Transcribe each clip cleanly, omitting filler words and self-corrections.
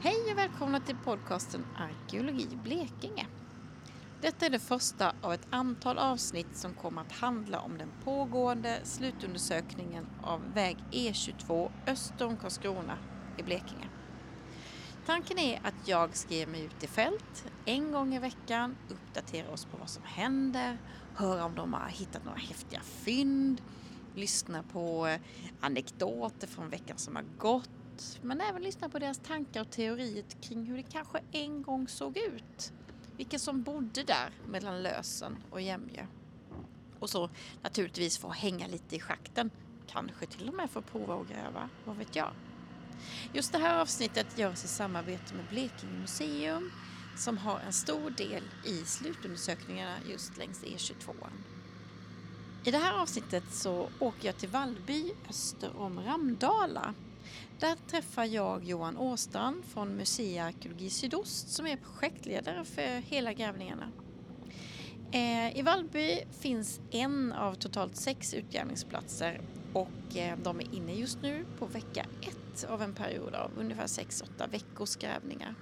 Hej och välkomna till podcasten Arkeologi Blekinge. Detta är det första av ett antal avsnitt som kommer att handla om den pågående slutundersökningen av väg E22 öster om Karlskrona i Blekinge. Tanken är att jag ska ge mig ut i fält en gång i veckan, uppdatera oss på vad som händer, höra om de har hittat några häftiga fynd, lyssna på anekdoter från veckan som har gått, men även lyssna på deras tankar och teorier kring hur det kanske en gång såg ut. Vilka som bodde där mellan Lösen och Jämjö. Och så naturligtvis få hänga lite i schakten. Kanske till och med få prova och gräva, vad vet jag. Just det här avsnittet görs i samarbete med Blekinge museum som har en stor del i slutundersökningarna just längs E22. I det här avsnittet så åker jag till Vallby öster om Ramdala. Där träffar jag Johan Åstrand från Museet Arkeologi Sydost som är projektledare för hela grävningarna. I Vallby finns en av totalt 6 utgrävningsplatser och de är inne just nu på vecka 1 av en period av ungefär 6-8 veckors grävningar.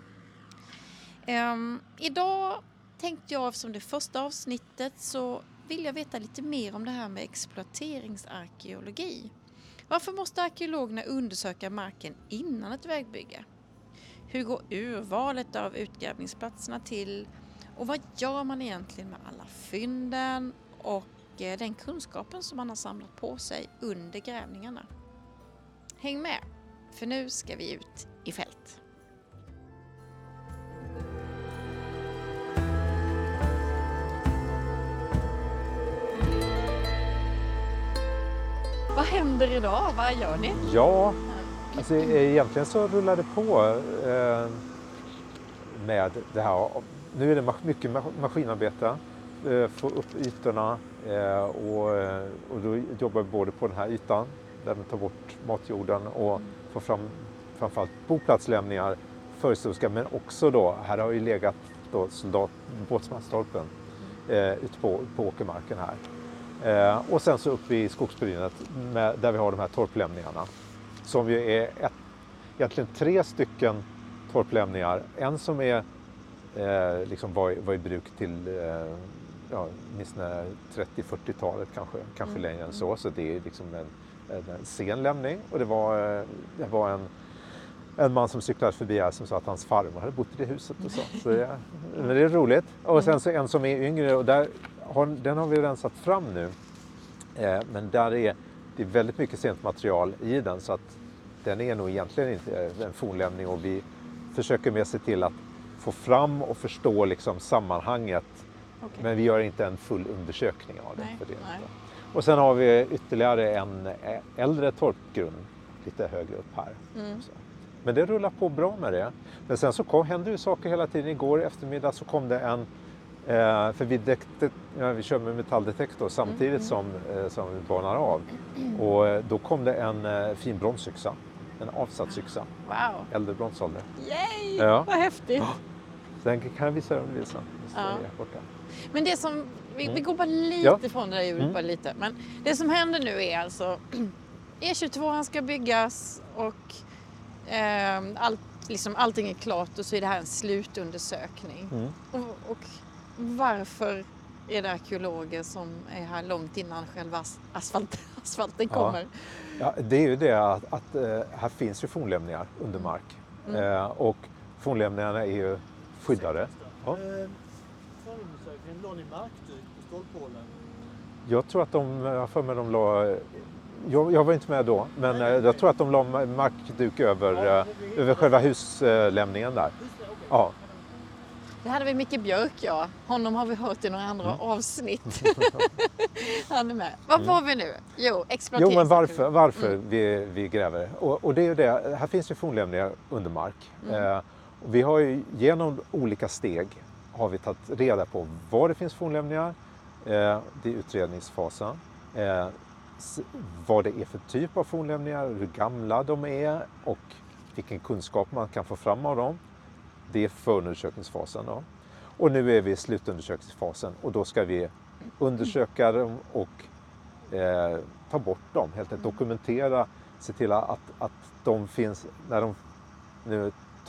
Idag tänkte jag som det första avsnittet så vill jag veta lite mer om det här med exploateringsarkeologi. Varför måste arkeologerna undersöka marken innan ett vägbygge? Hur går urvalet av utgrävningsplatserna till? Och vad gör man egentligen med alla fynden och den kunskapen som man har samlat på sig under grävningarna? Häng med, för nu ska vi ut i fält. Vad händer idag? Vad gör ni? Ja, alltså egentligen så rullar det på med det här. Nu är det mycket maskinarbete, få upp ytorna och då jobbar vi både på den här ytan där man tar bort matjorden och får fram framförallt boplatslämningar förhistoriska, men också då, här har ju legat då båtsmanstorpen ute på åkermarken här. Och sen så upp i skogsbrynet där vi har de här torplämningarna som ju är egentligen 3 stycken torplämningar. En som är liksom var i bruk till åtminstone 30-40-talet kanske längre än så det är liksom en sen lämning och det var en man som cyklade förbi här som sa att hans farmor hade bott i det huset och så men det är roligt. Och sen så en som är yngre och den har vi rensat fram nu. Men där det är väldigt mycket sent material i den så att den är nog egentligen inte en fornlämning och vi försöker med se till att få fram och förstå liksom sammanhanget. Okay. Men vi gör inte en full undersökning av det. För det. Och sen har vi ytterligare en äldre torpgrund lite högre upp här. Men det rullar på bra med det. Men sen så händer ju saker hela tiden. Igår eftermiddag så kom det en för vi kör med metalldetektor samtidigt som vi banar av. Och då kom det en fin bronsyxa, en avsatsyxa. Wow! Äldre bronsålder. Yay! Ja. Vad häftigt! Den kan jag visa om du vill sen. Men det som, vi går bara lite från det där ljudet, bara lite. Men det som händer nu är alltså E22 ska byggas och allting är klart och så är det här en slutundersökning. Och varför är det arkeologer som är här långt innan själva asfalten kommer? Ja, det är ju det att här finns ju fornlämningar under mark. Och fornlämningarna är ju skyddade. Förundersökningen låg i markduk på stålpålen. Jag tror att de la... Jag var inte med då, men jag tror att de la markduk över själva huslämningen där. Ja. Det hade vi Micke Björk, ja. Honom har vi hört i några andra avsnitt. Han är med. Vad var vi nu? Jo, exploatering. Jo, men varför vi gräver. Och det är ju det, här finns ju fornlämningar under mark. Och vi har ju genom olika steg har vi tagit reda på var det finns fornlämningar. Det är utredningsfasen. Vad det är för typ av fornlämningar, hur gamla de är och vilken kunskap man kan få fram av dem. Det är förundersökningsfasen då. Och nu är vi i slutundersökningsfasen och då ska vi undersöka dem och ta bort dem, helt enkelt dokumentera, se till att de finns, när de nu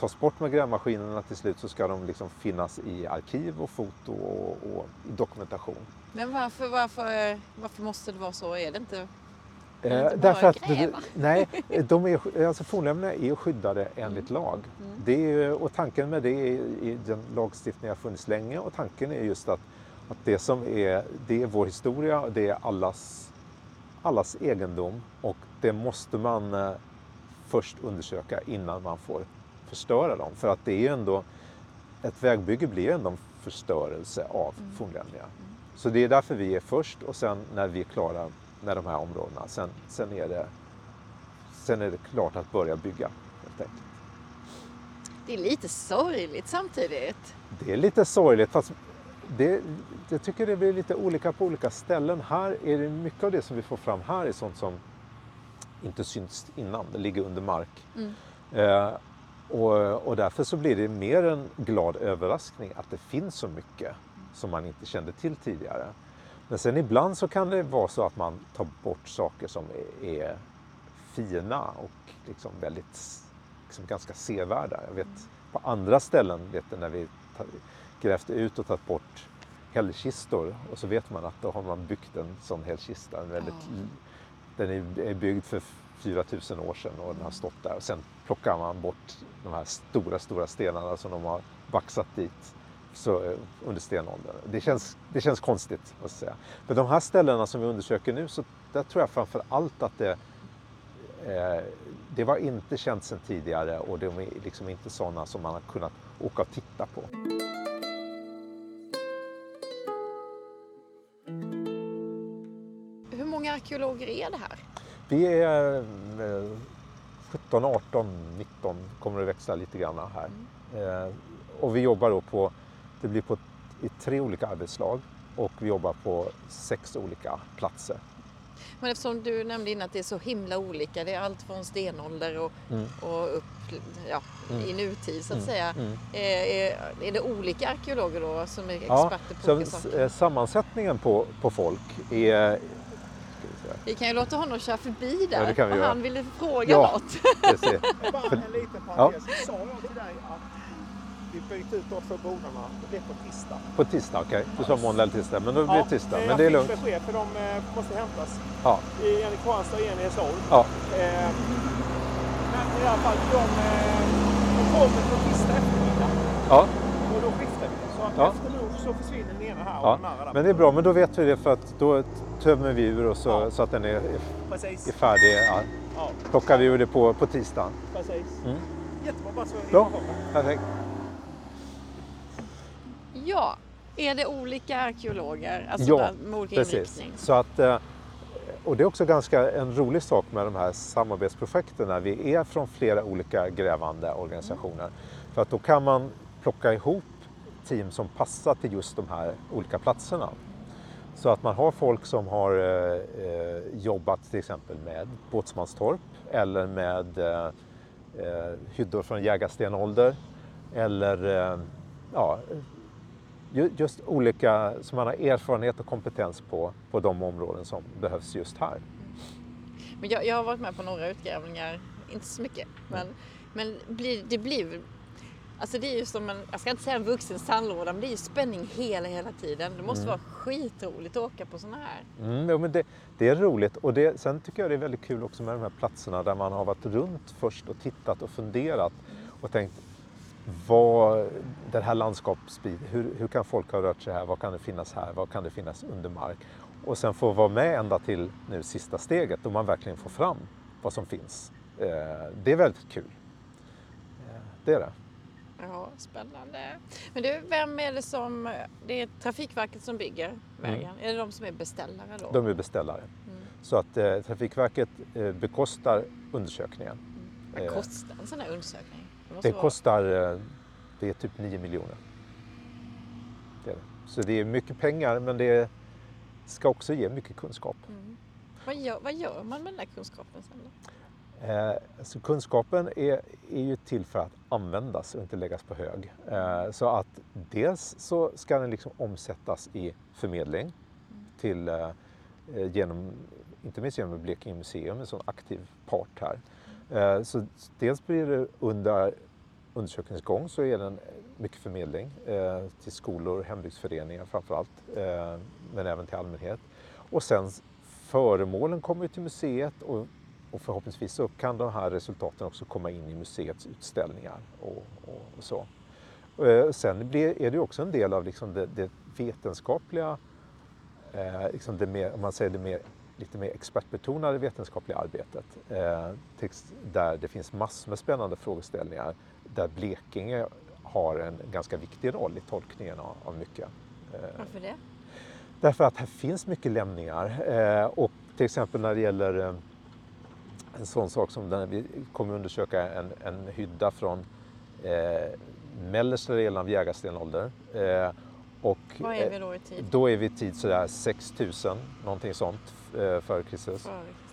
tas bort med grävmaskinerna till slut så ska de liksom finnas i arkiv och foto och i dokumentation. Men varför måste det vara så? Är det inte Därför att gräva? nej, fornlämningarna är skyddade enligt lag. Det är, och tanken med det i den lagstiftningen har funnits länge, och tanken är just att det är vår historia, det är allas egendom, och det måste man först undersöka innan man får förstöra dem. För att det är ju ändå, ett vägbygge blir ju ändå en förstörelse av fornlämningar. Så det är därför vi är först, och sen när vi är klara med de här områdena, sen är det klart att börja bygga helt enkelt. Det är lite sorgligt samtidigt. Det är lite sorgligt, fast jag tycker det blir lite olika på olika ställen. Här är det mycket av det som vi får fram här är sånt som inte syns innan, det ligger under mark. Och därför så blir det mer en glad överraskning att det finns så mycket som man inte kände till tidigare. Men sen ibland så kan det vara så att man tar bort saker som är fina och liksom väldigt, liksom ganska sevärda. Jag vet på andra ställen, när vi grävt ut och tagit bort hällkistor, och så vet man att då har man byggt en sån hällkista. Den är byggd för 4000 år sedan och den har stått där, och sen plockar man bort de här stora stenarna som de har baxat dit under stenåldern. Det känns konstigt, måste säga. Men de här ställena som vi undersöker nu, så där tror jag framför allt att det var inte känt sedan tidigare, och de är liksom inte sådana som man har kunnat åka och titta på. Hur många arkeologer är det här? Vi är 17, 18, 19, kommer det växla lite grann här. Och vi jobbar då i 3 olika arbetslag, och vi jobbar på 6 olika platser. Men eftersom du nämnde innan att det är så himla olika, det är allt från stenålder och upp i nutid så att säga. Är det olika arkeologer då som är experter på olika saker? Sammansättningen på folk är... Vi kan ju låta honom köra förbi där, det kan vi göra. Han ville fråga något. Precis. Bara en liten parentes. Sa jag till dig att vi byter ut de 2 bodarna, det är på tisdag. På tisdag, okej. Du sa måndag eller tisdag, men då blir det tisdag. Men det är lugnt. Jag fick besked, för de måste hämtas. Ja. En i Kvarnstad och en i Hässleholm. Ja. Men i alla fall, de kommer på tisdag eftermiddag. Ja. Och då skiftar vi. Så att efter lunch så försvinner den ena här och den andra där. Men det är bra, men då vet vi det, för att då tömmer vi ur och så att den är färdig. Ja. Plockar vi ur det på tisdagen. Precis. Jättebra, bara så bra, perfekt. Ja, är det olika arkeologer? Alltså med olika inriktning? Så att, och det är också en rolig sak med de här samarbetsprojekten när vi är från flera olika grävande organisationer. För att då kan man plocka ihop team som passar till just de här olika platserna. Så att man har folk som har jobbat till exempel med Båtsmanstorp eller med hyddor från jägarstenålder, eller just olika som man har erfarenhet och kompetens på de områden som behövs just här. Men jag har varit med på några utgrävningar, inte så mycket, men det blir alltså det är ju som jag ska inte säga en vuxen sandlåda, men det är ju spänning hela tiden. Det måste vara skitroligt att åka på såna här. Ja, men det är roligt, och sen tycker jag det är väldigt kul också med de här platserna där man har varit runt först och tittat och funderat och tänkt, vad det här landskapsbild, hur kan folk ha rört sig här, vad kan det finnas här, vad kan det finnas under mark, och sen få vara med ända till nu sista steget då man verkligen får fram vad som finns. Det är väldigt kul. Det är det. Ja, spännande. Men du, vem är det som, det är Trafikverket som bygger vägen? Är det de som är beställare då? De är beställare. Så att Trafikverket bekostar undersökningen. Vad kostar en sån här undersökning? Det är typ 9 miljoner. Det är det. Så det är mycket pengar, men det ska också ge mycket kunskap. Vad gör man med den här kunskapen sen då? Så kunskapen är ju till för att användas och inte läggas på hög. Så att dels så ska den liksom omsättas i förmedling till, inte minst genom Blekinge museum, en sån aktiv part här. Så dels blir det under undersökningens gång så är den mycket förmedling till skolor, hembygdsföreningar framförallt, men även till allmänhet. Och sen föremålen kommer till museet och förhoppningsvis så kan de här resultaten också komma in i museets utställningar och så. Sen är det också en del av liksom det vetenskapliga, liksom om man säger lite mer expertbetonade vetenskapliga arbetet, där det finns massor med spännande frågeställningar där Blekinge har en ganska viktig roll i tolkningen av mycket. Varför det? Därför att här finns mycket lämningar och till exempel när det gäller en sån sak som när vi kommer undersöka en hydda från mellersta delen av jägarstenålder. Vad är vi då i tid? Då är vi i tid sådär 6000, någonting sånt, före Kristus.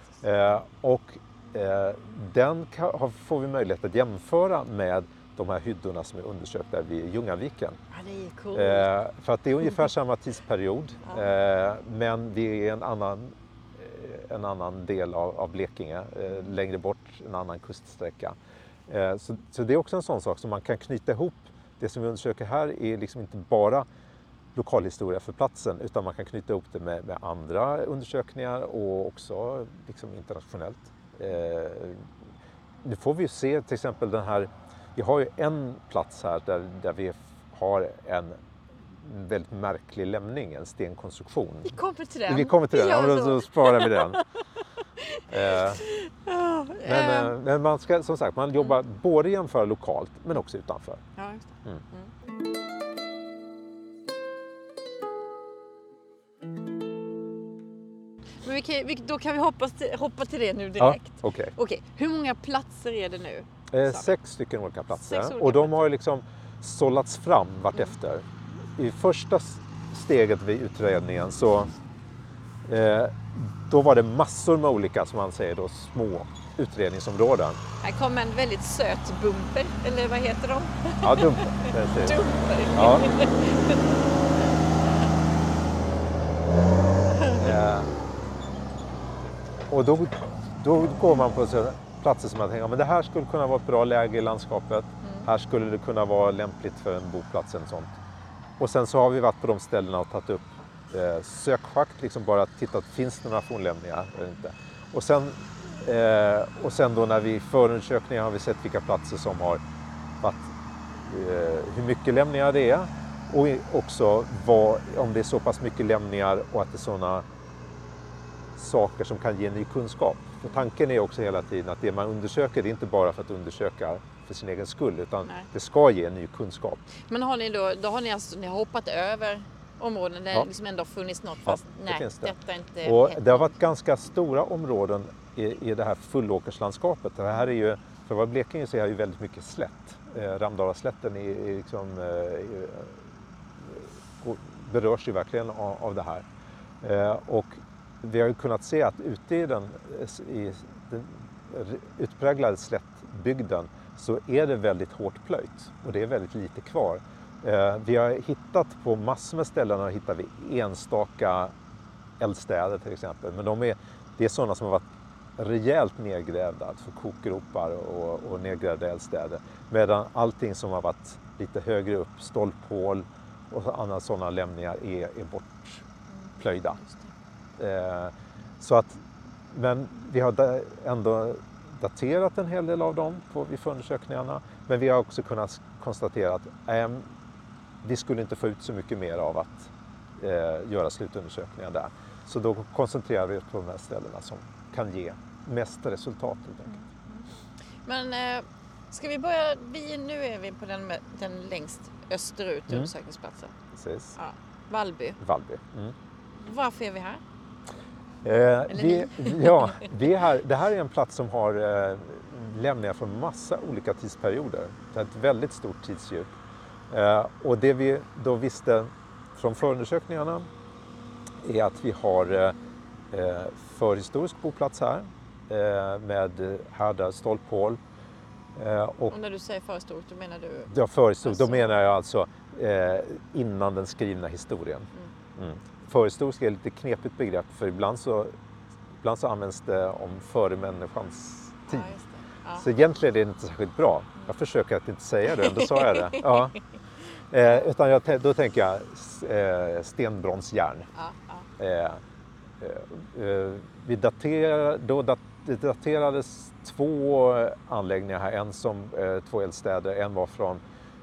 Den får vi möjlighet att jämföra med de här hyddorna som är undersökta vid Ljungaviken. Ja, det är coolt. För att det är ungefär samma tidsperiod, men det är en annan del av Blekinge, längre bort, en annan kuststräcka. Så det är också en sån sak som man kan knyta ihop. Det som vi undersöker här är liksom inte bara lokalhistoria för platsen, utan man kan knyta ihop det med andra undersökningar och också liksom internationellt. Nu får vi se till exempel den här, vi har ju en plats här där vi har en väldigt märklig lämning, en stenkonstruktion. Vi kommer till den. Vi kommer till den, ja, så sparar vi den. Men man ska, som sagt, man jobbar både jämföra lokalt men också utanför. Ja, just det. Men då kan vi hoppa till det nu direkt. Ja, okej. Hur många platser är det nu? 6 stycken olika platser. 6 olika och de har ju liksom sållats fram vartefter. I första steget vid utredningen så då var det massor med olika, som man säger då, små utredningsområden. Här kommer en väldigt söt bumper, eller vad heter de? Ja, dumper. Dumper. Ja. Och då går man på platser som man tänker, men det här skulle kunna vara ett bra läge i landskapet. Här skulle det kunna vara lämpligt för en boplats eller sånt. Och sen så har vi varit på de ställena och tagit upp sökschakt, liksom bara tittat, finns det några fornlämningar eller inte. Och sen då när vi förundersökningar har vi sett vilka platser som har varit, hur mycket lämningar det är och också om det är så pass mycket lämningar och att det är sådana saker som kan ge ny kunskap. För tanken är också hela tiden att det man undersöker är inte bara för att undersöka för sin egen skull, utan det ska ge ny kunskap. Men har ni då har ni har hoppat över områden där det liksom ändå funnits något, fast detta inte... Och det har varit ganska stora områden i det här fullåkerslandskapet. Det här är ju, för vad Blekinge så är ju väldigt mycket slätt. Ramdalaslätten är liksom, berörs ju verkligen av det här. Och vi har ju kunnat se att ute i den utpräglade slättbygden så är det väldigt hårt plöjt och det är väldigt lite kvar. Vi har hittat på massor med ställen, och hittar vi enstaka eldstäder till exempel, men det är sådana som har varit rejält nedgrävda, alltså kokgropar och nedgrävda eldstäder, medan allting som har varit lite högre upp, stolphål och andra sådana lämningar är bortplöjda. Så att, men vi har ändå daterat en hel del av dem vid förundersökningarna, men vi har också kunnat konstatera att vi skulle inte få ut så mycket mer av att göra slutundersökningar där. Så då koncentrerar vi oss på de här ställena som kan ge mest resultat. Men ska vi börja, nu är vi på den längst österut undersökningsplatsen. Precis. Ja, Vallby. Varför är vi här? Vi är här. Det här är en plats som har lämningar från massa olika tidsperioder. Det är ett väldigt stort tidsdjup. Och det vi då visste från förundersökningarna är att vi har förhistorisk boplats här med härdar, stolphål. Och när du säger förhistoriskt, då menar du? Ja, förhistoriskt, då menar jag alltså innan den skrivna historien. Förhistorisk är ett lite knepigt begrepp, för ibland så används det om före människans tid. Ja, just det. Ja. Så egentligen är det inte särskilt bra. Jag försöker att inte säga det, ändå sa jag det. Ja. Utan då tänker jag stenbronsjärn. Det daterades 2 anläggningar här, en som 2 eldstäder, en var från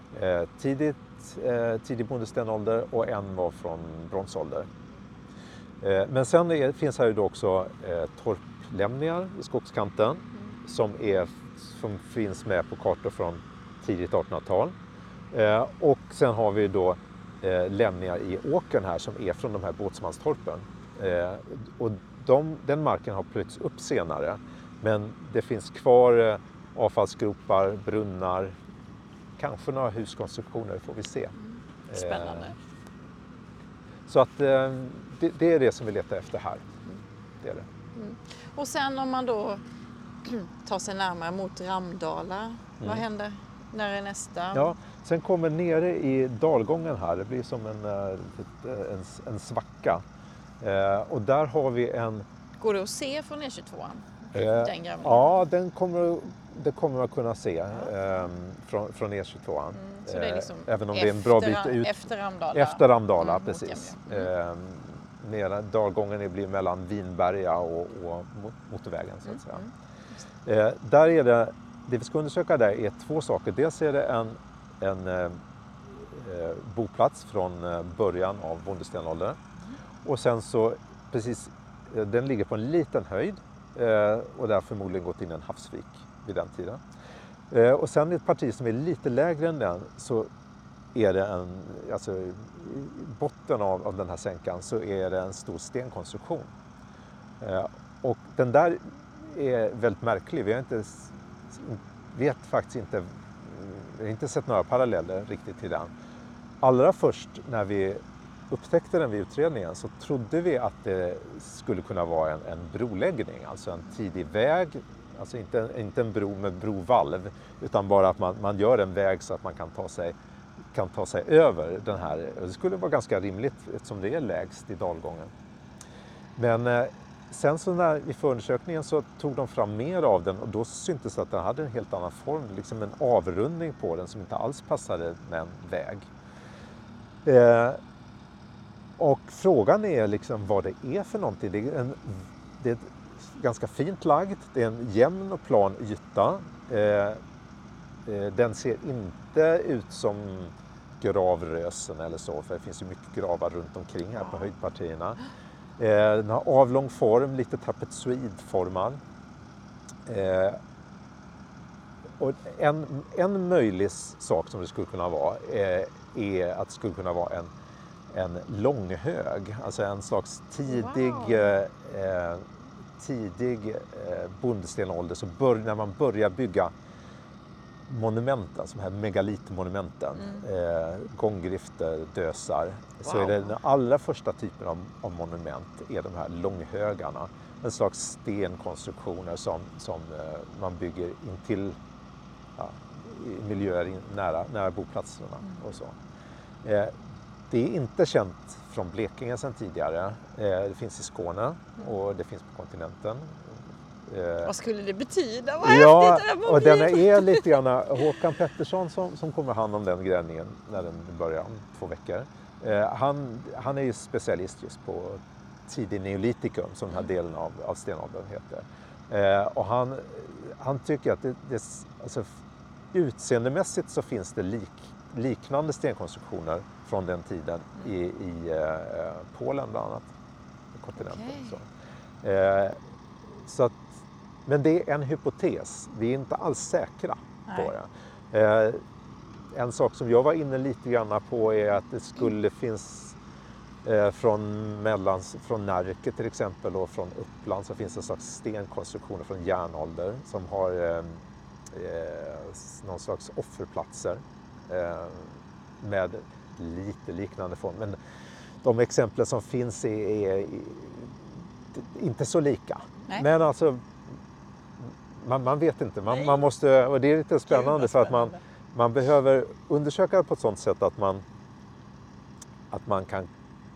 tidig bondestenålder och en var från bronsålder. Men sen finns här ju då också torplämningar i skogskanten som finns med på kartor från tidigt 1800-tal. Och sen har vi då lämningar i åkern här som är från de här båtsmanstorpen. Och den marken har plöjts upp senare, men det finns kvar avfallsgropar, brunnar, kanske några huskonstruktioner, får vi se. Spännande. Så att det är det som vi letar efter här. Det är det. Och sen om man då tar sig närmare mot Ramdala, vad händer? När är nästa? Ja, sen kommer nere i dalgången här, det blir som en svacka. Och där har vi en... Går det att se från E22? Den grävningen? Ja, det kommer man kunna se från E22. Så det är liksom även om det är en bra bit ut. Efter Ramdala? Efter Ramdala, precis. Dalgången blir mellan Vinberga och motorvägen, så att säga. Där är det vi ska undersöka där är 2 saker. Dels är det en boplats från början av bondestenåldern. Och sen så precis, den ligger på en liten höjd och där förmodligen gått in en havsvik vid den tiden. Och sen ett parti som är lite lägre än den, så är det i botten av den här sänkan så är det en stor stenkonstruktion. Och den där är väldigt märklig. Vi har inte sett några paralleller riktigt till den. Allra först när vi upptäckte den vid utredningen så trodde vi att det skulle kunna vara en broläggning, alltså en tidig väg, alltså inte en bro med brovalv, utan bara att man gör en väg så att man kan ta sig över den här. Det skulle vara ganska rimligt eftersom det är lägst i dalgången. Men sen så när i förundersökningen så tog de fram mer av den och då syntes att den hade en helt annan form, liksom en avrundning på den som inte alls passade med en väg. Och frågan är liksom vad det är för någonting. Det är ganska fint lagd, det är en jämn och plan yta. Den ser inte ut som gravrösen eller så, för det finns ju mycket gravar runt omkring här på höjdpartierna. Den har avlång form, lite trapezoidformad. Och en möjlig sak som det skulle kunna vara är att det skulle kunna vara en långhög, alltså en slags tidig bondestenålder, så när man börjar bygga monumenten, som här megalitmonumenten, gånggrifter, dösar, så är det den allra första typen av monument är de här långhögarna. En slags stenkonstruktioner som man bygger intill miljöer nära boplatserna och så. Det är inte känt från Blekinge sedan tidigare. Det finns i Skåne och det finns på kontinenten. Vad skulle det betyda? Vad häftigt det och den är lite grann Håkan Pettersson som kommer hand om den grävningen när den börjar om 2 veckor. Han är ju specialist just på tidig neolitikum, som den här delen av stenåldern heter. Och han tycker att alltså, utseendemässigt så finns det liknande stenkonstruktioner från den tiden i Polen bland annat, på kontinenten. Okay. Så att, men det är en hypotes, vi är inte alls säkra på det. En sak som jag var inne lite grann på är att det skulle finnas från Närke till exempel och från Uppland så finns det en slags stenkonstruktioner från järnålder som har någon slags offerplatser med lite liknande form. Men de exempel som finns är inte så lika. Nej. Men alltså man vet inte. Man måste, och det är lite spännande för att man behöver undersöka det på ett sådant sätt att man kan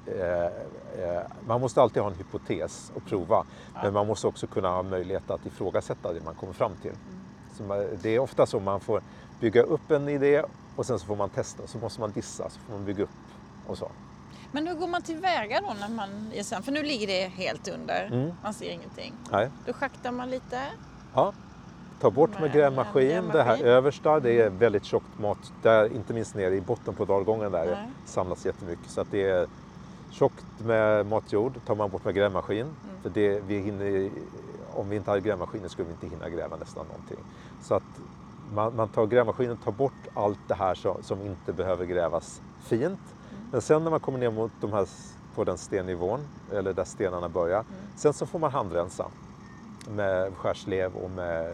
man måste alltid ha en hypotes och prova, men man måste också kunna ha möjlighet att ifrågasätta det man kommer fram till. Så det är ofta så bygga upp en idé och sen så får man testa. Så måste man dissa, så får man bygga upp och så. Men hur går man tillväga då när man ger sand? För nu ligger det helt under. Man ser ingenting. Nej. Då schaktar man lite. Ja. Ta bort med grävmaskin. Det här översta, det är väldigt tjockt mat. Där, inte minst nere i botten på dalgången där samlas jättemycket. Så att det är tjockt med matjord. Tar man bort med grävmaskin. För det, om vi inte hade grävmaskinen skulle vi inte hinna gräva nästan någonting. Så att man tar grävmaskinen, tar bort allt det här som inte behöver grävas fint. Men sen när man kommer ner mot på den stennivån, eller där stenarna börjar, sen så får man handrensa med skärslev och med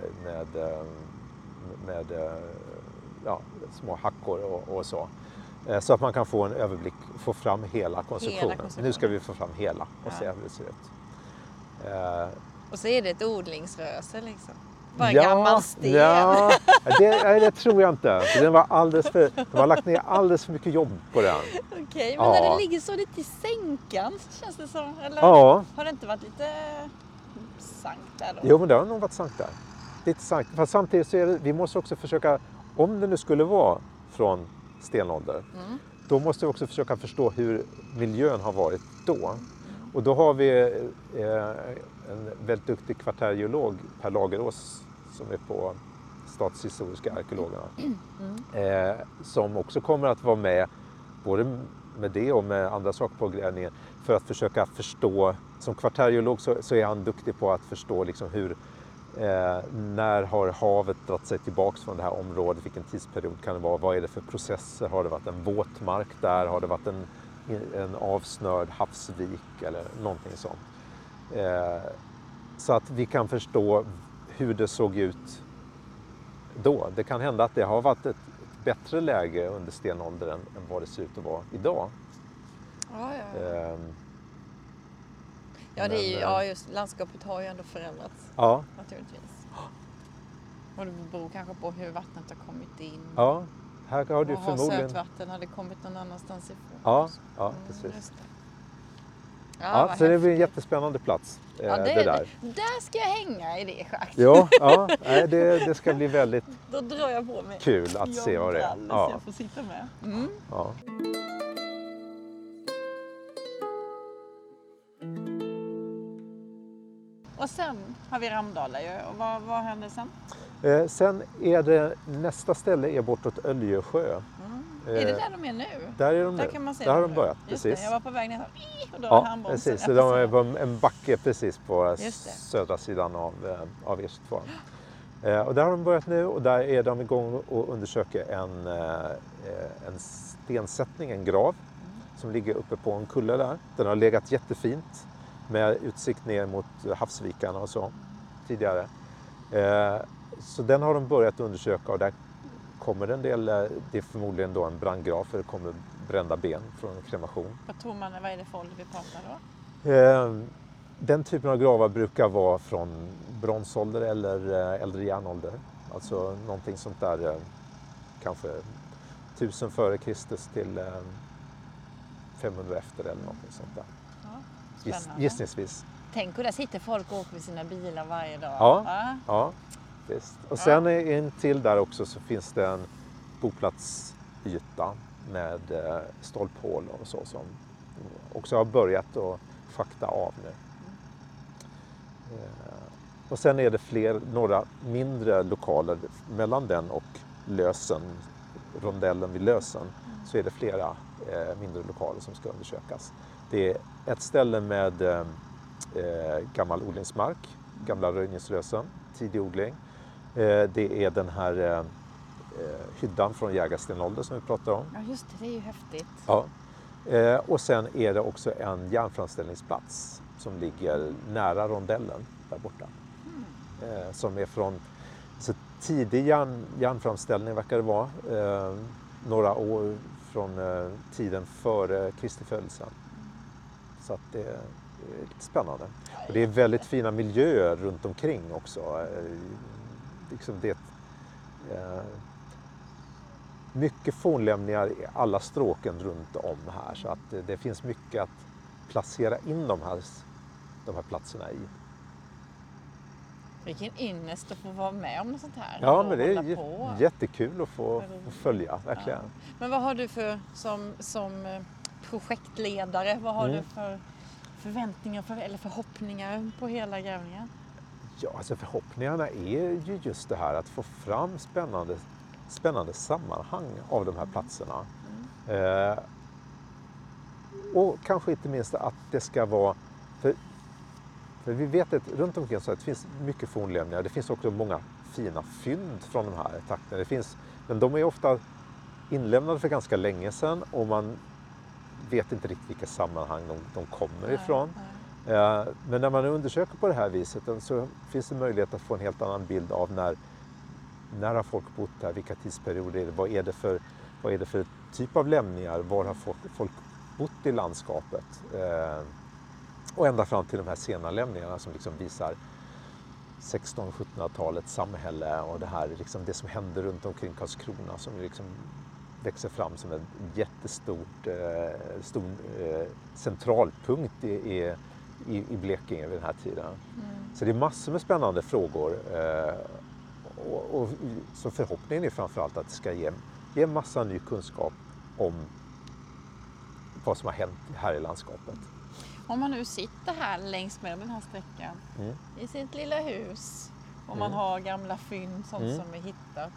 små hackor och så. Så att man kan få en överblick, få fram hela konstruktionen. Nu ska vi få fram hela och se hur det ser ut. Och så är det ett odlingsröse liksom. Bara en gammal sten. Ja, det tror jag inte. För de har lagt ner alldeles för mycket jobb på den. Okej, men när det ligger så lite i sänkan så känns det som, eller har det inte varit lite sankt där då? Jo, men det har nog varit sankt där. Lite sankt. Fast samtidigt så är vi måste också försöka, om det nu skulle vara från stenålder, då måste vi också försöka förstå hur miljön har varit då. Och då har vi en väldigt duktig kvartärgeolog, Per Lagerås, som är på Statshistoriska arkeologerna. Som också kommer att vara med, både med det och med andra saker på grävningen, för att försöka förstå. Som kvartärgeolog så är han duktig på att förstå liksom hur, när har havet dragit sig tillbaks från det här området, vilken tidsperiod kan det vara, vad är det för processer, har det varit en våtmark där, har det varit en avsnörd havsvik eller någonting sånt. Så att vi kan förstå hur det såg ut då. Det kan hända att det har varit ett bättre läge under stenåldern än vad det ser ut att vara idag. Ja, det är ju, just landskapet har ju ändå förändrats. Ja. Naturligtvis. Och det beror kanske på hur vattnet har kommit in. Ja, här har du förmodligen... Har sötvatten hade kommit någon annanstans ifrån. Ja, precis. Ja, så det blir en jättespännande plats. Ja, det där. Där ska jag hänga i det schaktet. Ja, det ska bli väldigt Då drar jag på mig. Kul att se vad det är. Ja. Jag får sitta med. Ja. Och sen har vi Ramdala ju. Och vad händer sen? Sen är det nästa ställe är bortåt Öljesjö. Är det där de är nu? Där är de där nu. kan man se där har de börjat, Just precis. Det, jag var på väg ner och då handbromsen. Precis. De är på en backe precis på södra sidan av E22. Och där har de börjat nu och där är de igång och undersöker en stensättning, en grav som ligger uppe på en kulle där. Den har legat jättefint med utsikt ner mot havsvikarna och så tidigare. Så den har de börjat undersöka och där kommer en del, det är förmodligen då en brandgrav för det kommer brända ben från kremation. Vad är det för ålder vi pratar då? Den typen av gravar brukar vara från bronsålder eller äldre järnålder. Alltså någonting sånt där, kanske 1000 före Kristus till 500 efter eller någonting sånt där. Ja, gissningsvis. Tänk hur där sitter folk och åker med sina bilar varje dag. Ja, visst. Och sen in till där också så finns det en boplatsyta med stolphål och så som också har börjat att schakta av nu. Och sen är det några mindre lokaler mellan den och Lösen, rondellen vid Lösen, så är det flera mindre lokaler som ska undersökas. Det är ett ställe med gammal odlingsmark, gamla röjningsrösen, tidig odling. Det är den här hyddan från jägarstenålder som vi pratar om. Ja, just det är ju häftigt. Ja. Och sen är det också en järnframställningsplats som ligger nära rondellen där borta. Som är från tidig järnframställning verkar det vara. Några år från tiden före Kristi födelse. Så att det är lite spännande. Och det är väldigt fina miljöer runt omkring också. Liksom det mycket fornlämningar i alla stråken runt om här. Så att det finns mycket att placera in de här platserna i. Vilken ynnest att få vara med om något sånt här. Ja, och men det är hålla på. jättekul att få följa, verkligen. Ja. Men vad har du för, som projektledare, vad har du för förväntningar eller förhoppningar på hela grävningen? Ja, alltså förhoppningarna är ju just det här att få fram spännande sammanhang av de här platserna. Och kanske inte minst att det ska vara, för vi vet att runt omkring så att det finns mycket fornlämningar. Det finns också många fina fynd från de här trakterna. Men de är ofta inlämnade för ganska länge sedan och man vet inte riktigt vilka sammanhang de kommer ifrån. Men när man undersöker på det här viset så finns det möjlighet att få en helt annan bild av när har folk bott här, vilka tidsperioder är det, vad är det för typ av lämningar, var har folk bott i landskapet. Och ända fram till de här sena lämningarna som liksom visar 1600-1700-talets samhälle och det här liksom det som händer runt omkring Karlskrona som liksom växer fram som en jättestor centralpunkt i Blekinge vid den här tiden. Så det är massor med spännande frågor och så förhoppningen är framförallt att det ska ge massa ny kunskap om vad som har hänt här i landskapet. Om man nu sitter här längs med den här sträckan i sitt lilla hus och man har gamla fynd sånt som är hittat,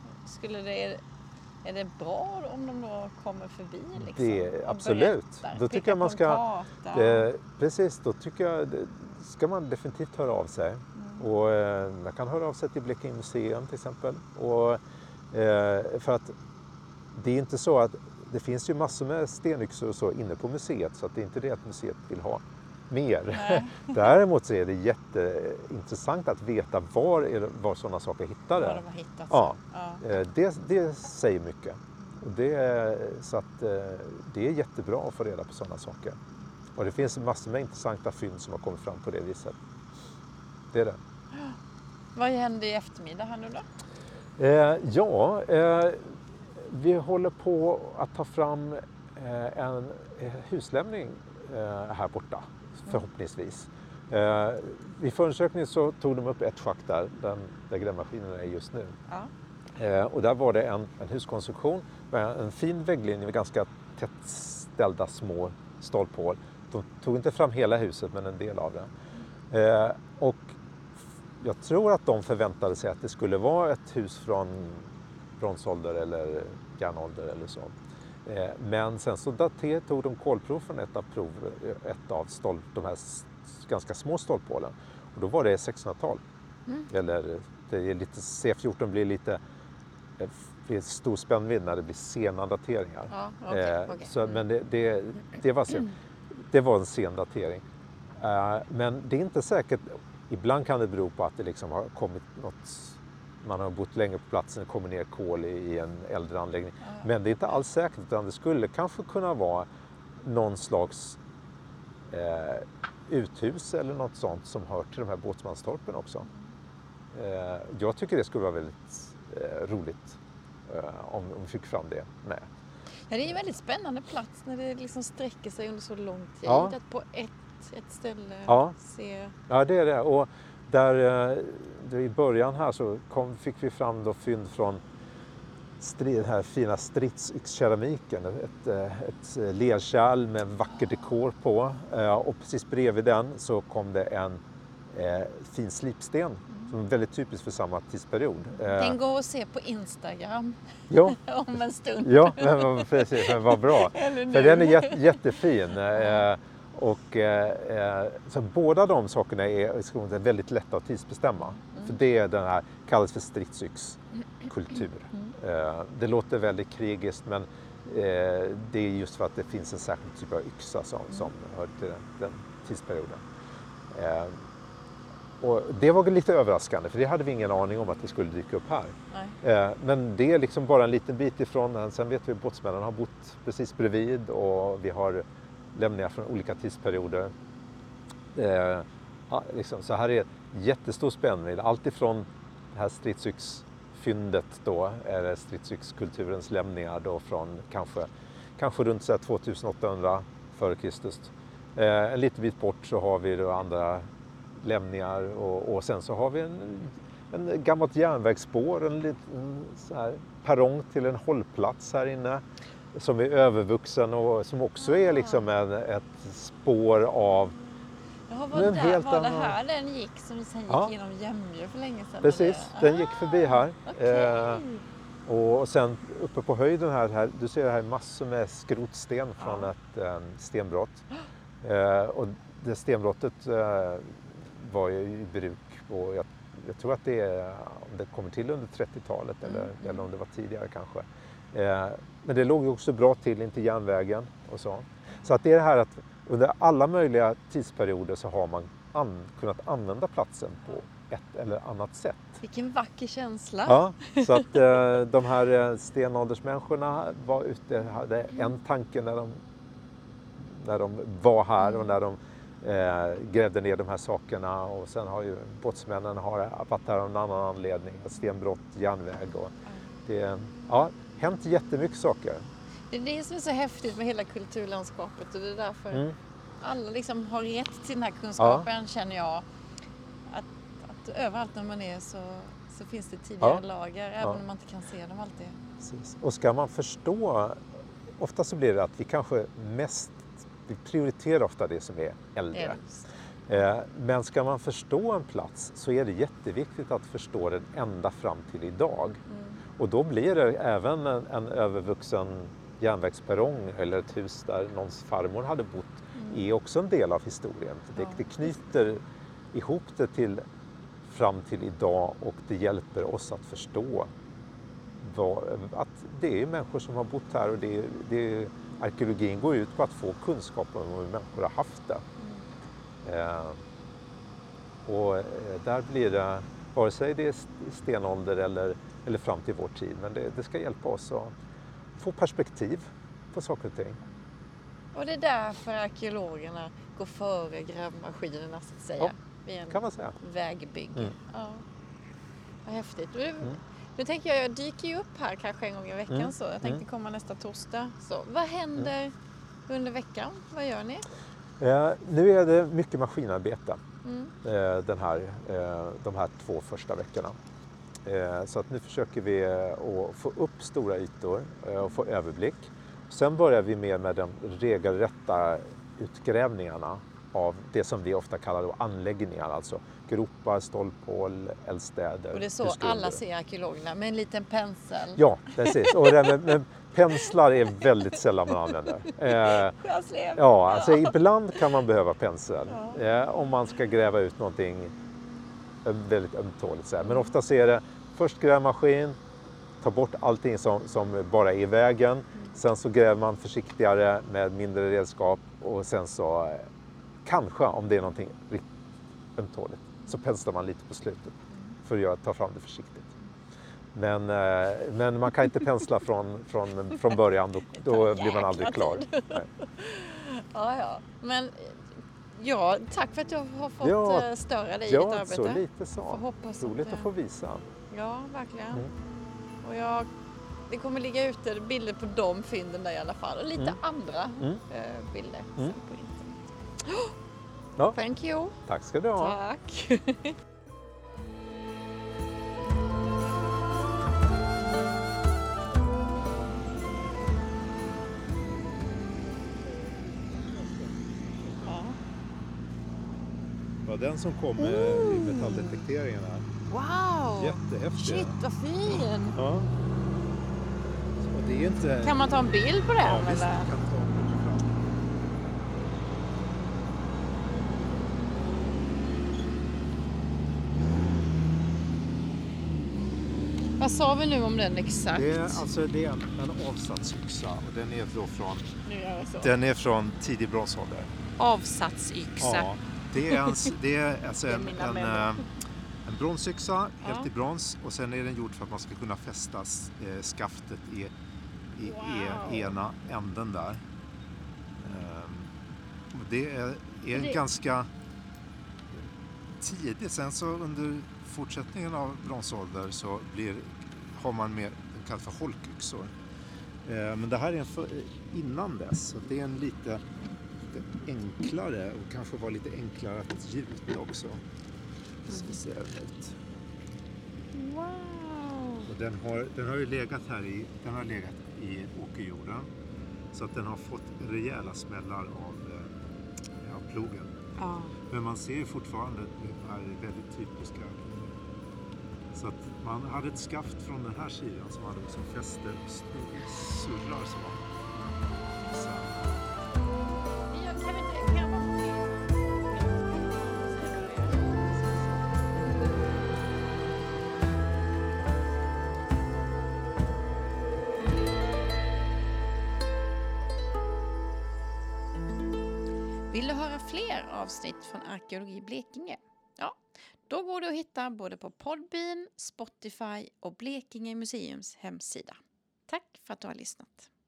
är det bra om de då kommer förbi? Liksom, det absolut. Då tycker jag man ska precis, då tycker jag ska man definitivt höra av sig. Och man kan höra av sig till Blekinge museum till exempel. Och för att det är inte så att det finns ju massor med stenyxor och så inne på museet så att det är inte det att museet vill ha mer. Däremot så är det jätteintressant att veta var sådana saker hittade. Var de har hittat. Ja. Det säger mycket. Och så att det är jättebra att få reda på sådana saker. Och det finns massor med intressanta fynd som har kommit fram på det viset. Det är det. Vad händer i eftermiddag här nu då? Vi håller på att ta fram en huslämning här borta, förhoppningsvis. Vid förundersökningen så tog de upp ett schakt där grävmaskinen är just nu. Ja. Och där var det en huskonstruktion med en fin vägglinje med ganska tätt ställda små stolphål. De tog inte fram hela huset men en del av det. Och jag tror att de förväntade sig att det skulle vara ett hus från bronsålder eller järnålder eller så. Men sen så tog de kolprov från ett av de här ganska små stolphålen. Och då var det 1600-tal. Eller det är lite, C14 blir lite stor spännvidd när det blir sena dateringar. Ja, okay. Så, men det var en sen datering. Men det är inte säkert. Ibland kan det bero på att det liksom har kommit man har bott länge på platsen och kommer ner kol i en äldre anläggning. Men det är inte alls säkert, utan det skulle kanske kunna vara någon slags uthus eller något sånt som hör till de här båtsmanstorpen också. Jag tycker det skulle vara väldigt roligt om vi fick fram det med. Ja, det är en väldigt spännande plats när det liksom sträcker sig under så lång tid. Ja. Att på ett ställe se... Ja, det är det. Och där i början här så fick vi fram då fynd från den här fina stridsyxkeramiken. Ett lerkärl med vacker dekor på. Och precis bredvid den så kom det en fin slipsten som är väldigt typisk för samma tidsperiod. Den går att se på Instagram om en stund. Ja, men precis. Men vad bra. För den är jättefin. Så båda de sakerna är väldigt lätta att tidsbestämma. För det är den här, kallas för stridsyxkultur. Det låter väldigt krigiskt men det är just för att det finns en särskild typ av yxa som hör till den tidsperioden. Och det var lite överraskande för det hade vi ingen aning om att det skulle dyka upp här. Men det är liksom bara en liten bit ifrån. Sen vet vi att båtsmännen har bott precis bredvid och vi har lämningar från olika tidsperioder. Så här är jättestor spännvidd. Allt ifrån det här stridsyxfyndet då, eller stridsyxkulturens lämningar då från kanske runt 2800 före Kristus. En liten bit bort så har vi då andra lämningar och sen så har vi en gammalt järnvägsspår, en liten så här perrong till en hållplats här inne som är övervuxen och som också är liksom ett spår av Jaha, var det här den gick som sen gick genom Jämjö för länge sedan? Precis, den gick förbi här. Okay. Och sen uppe på höjden här, du ser det här massor med skrotsten från ett stenbrott. Och det stenbrottet var ju i bruk och jag tror att om det kommer till under 30-talet eller om det var tidigare kanske. Men det låg ju också bra till in till järnvägen och så. Så att det är det här att under alla möjliga tidsperioder så har man kunnat använda platsen på ett eller annat sätt. Vilken vacker känsla. Ja, så att de här stenåldersmänniskorna var ute, hade en tanke när de var här och när de grävde ner de här sakerna, och sen har ju båtsmännen varit här av en annan anledning, stenbrott, järnväg och det hänt jättemycket saker. Det är det som är så häftigt med hela kulturlandskapet, och det är därför alla liksom har rätt till den här kunskapen, känner jag. Att överallt när man är så finns det tidigare lager, även om man inte kan se dem alltid. Precis. Och ska man förstå, ofta så blir det att vi prioriterar ofta det som är äldre. Men ska man förstå en plats så är det jätteviktigt att förstå den ända fram till idag. Och då blir det även en övervuxen järnvägsperrong eller ett hus där någons farmor hade bott är också en del av historien. Det knyter ihop det fram till idag, och det hjälper oss att förstå att det är människor som har bott här, och arkeologin går ut på att få kunskap om hur människor har haft det. Och där blir det, vare sig det är stenålder eller fram till vår tid, men det ska hjälpa oss att få perspektiv på saker och ting. Och det är därför arkeologerna går före grävmaskinerna, så att säga. Kan man säga. Vägbygge. Ja. Vad häftigt. Nu tänker jag dyker ju upp här kanske en gång i veckan, så jag tänkte komma nästa torsdag. Så, vad händer under veckan? Vad gör ni? Nu är det mycket maskinarbete de här 2 första veckorna. Så att nu försöker vi att få upp stora ytor och få överblick. Sen börjar vi med de regelrätta utgrävningarna av det som vi ofta kallar då anläggningar, alltså gropar, stolphål, eldstäder. Och det är så alla ser arkeologerna, med en liten pensel. Ja, precis. Och det med penslar är väldigt sällan man använder. Alltså ibland kan man behöva pensel om man ska gräva ut någonting väldigt ömtåligt. Men ofta är det först grävmaskin, ta bort allting som bara är i vägen. Sen så gräver man försiktigare med mindre redskap, och sen så kanske, om det är någonting riktigt ömtåligt, så penslar man lite på slutet för att ta fram det försiktigt. Men man kan inte pensla från början, då blir man aldrig klar. Nej. Ja. Men tack för att jag har fått störa dig i ditt arbete. Så lite så. Roligt att få visa. Ja, verkligen. Och det kommer ligga ute bilder på de fynden där i alla fall, och lite andra bilder på internet. Thank you. Tack ska du ha. Tack. Det var den som kom i metalldetekteringen här. Wow! Jättehäftigt. Shit, vad fin! Ja. Så det är inte... Kan man ta en bild på den? Ja, visst, eller? man kan ta en bild fram. Vad sa vi nu om den exakt? Det är en avsatsyxa, och den är då från... Nu gör jag så. Den är från tidig bronsålder. Avsatsyxa. Ja, det är alltså en bronsyxa, helt i brons, och sen är den gjord för att man ska kunna fästa skaftet i ena änden där. Det är ganska tidigt. Sen så under fortsättningen av bronsålder så har man mer kallat för holkyxor. Men det här är innan dess, så det är en lite lite enklare och kanske var lite enklare att gjuta också. Så ser det ut. Wow! Och den har ju legat i åkerjorden så att den har fått rejäla smällar av plogen. Ja. Men man ser ju fortfarande det här är väldigt typiska. Så att man hade ett skaft från den här sidan som hade som fäste surrar så. Vill du höra fler avsnitt från Arkeologi Blekinge? Ja, då går det att hitta både på Podbean, Spotify och Blekinge museums hemsida. Tack för att du har lyssnat.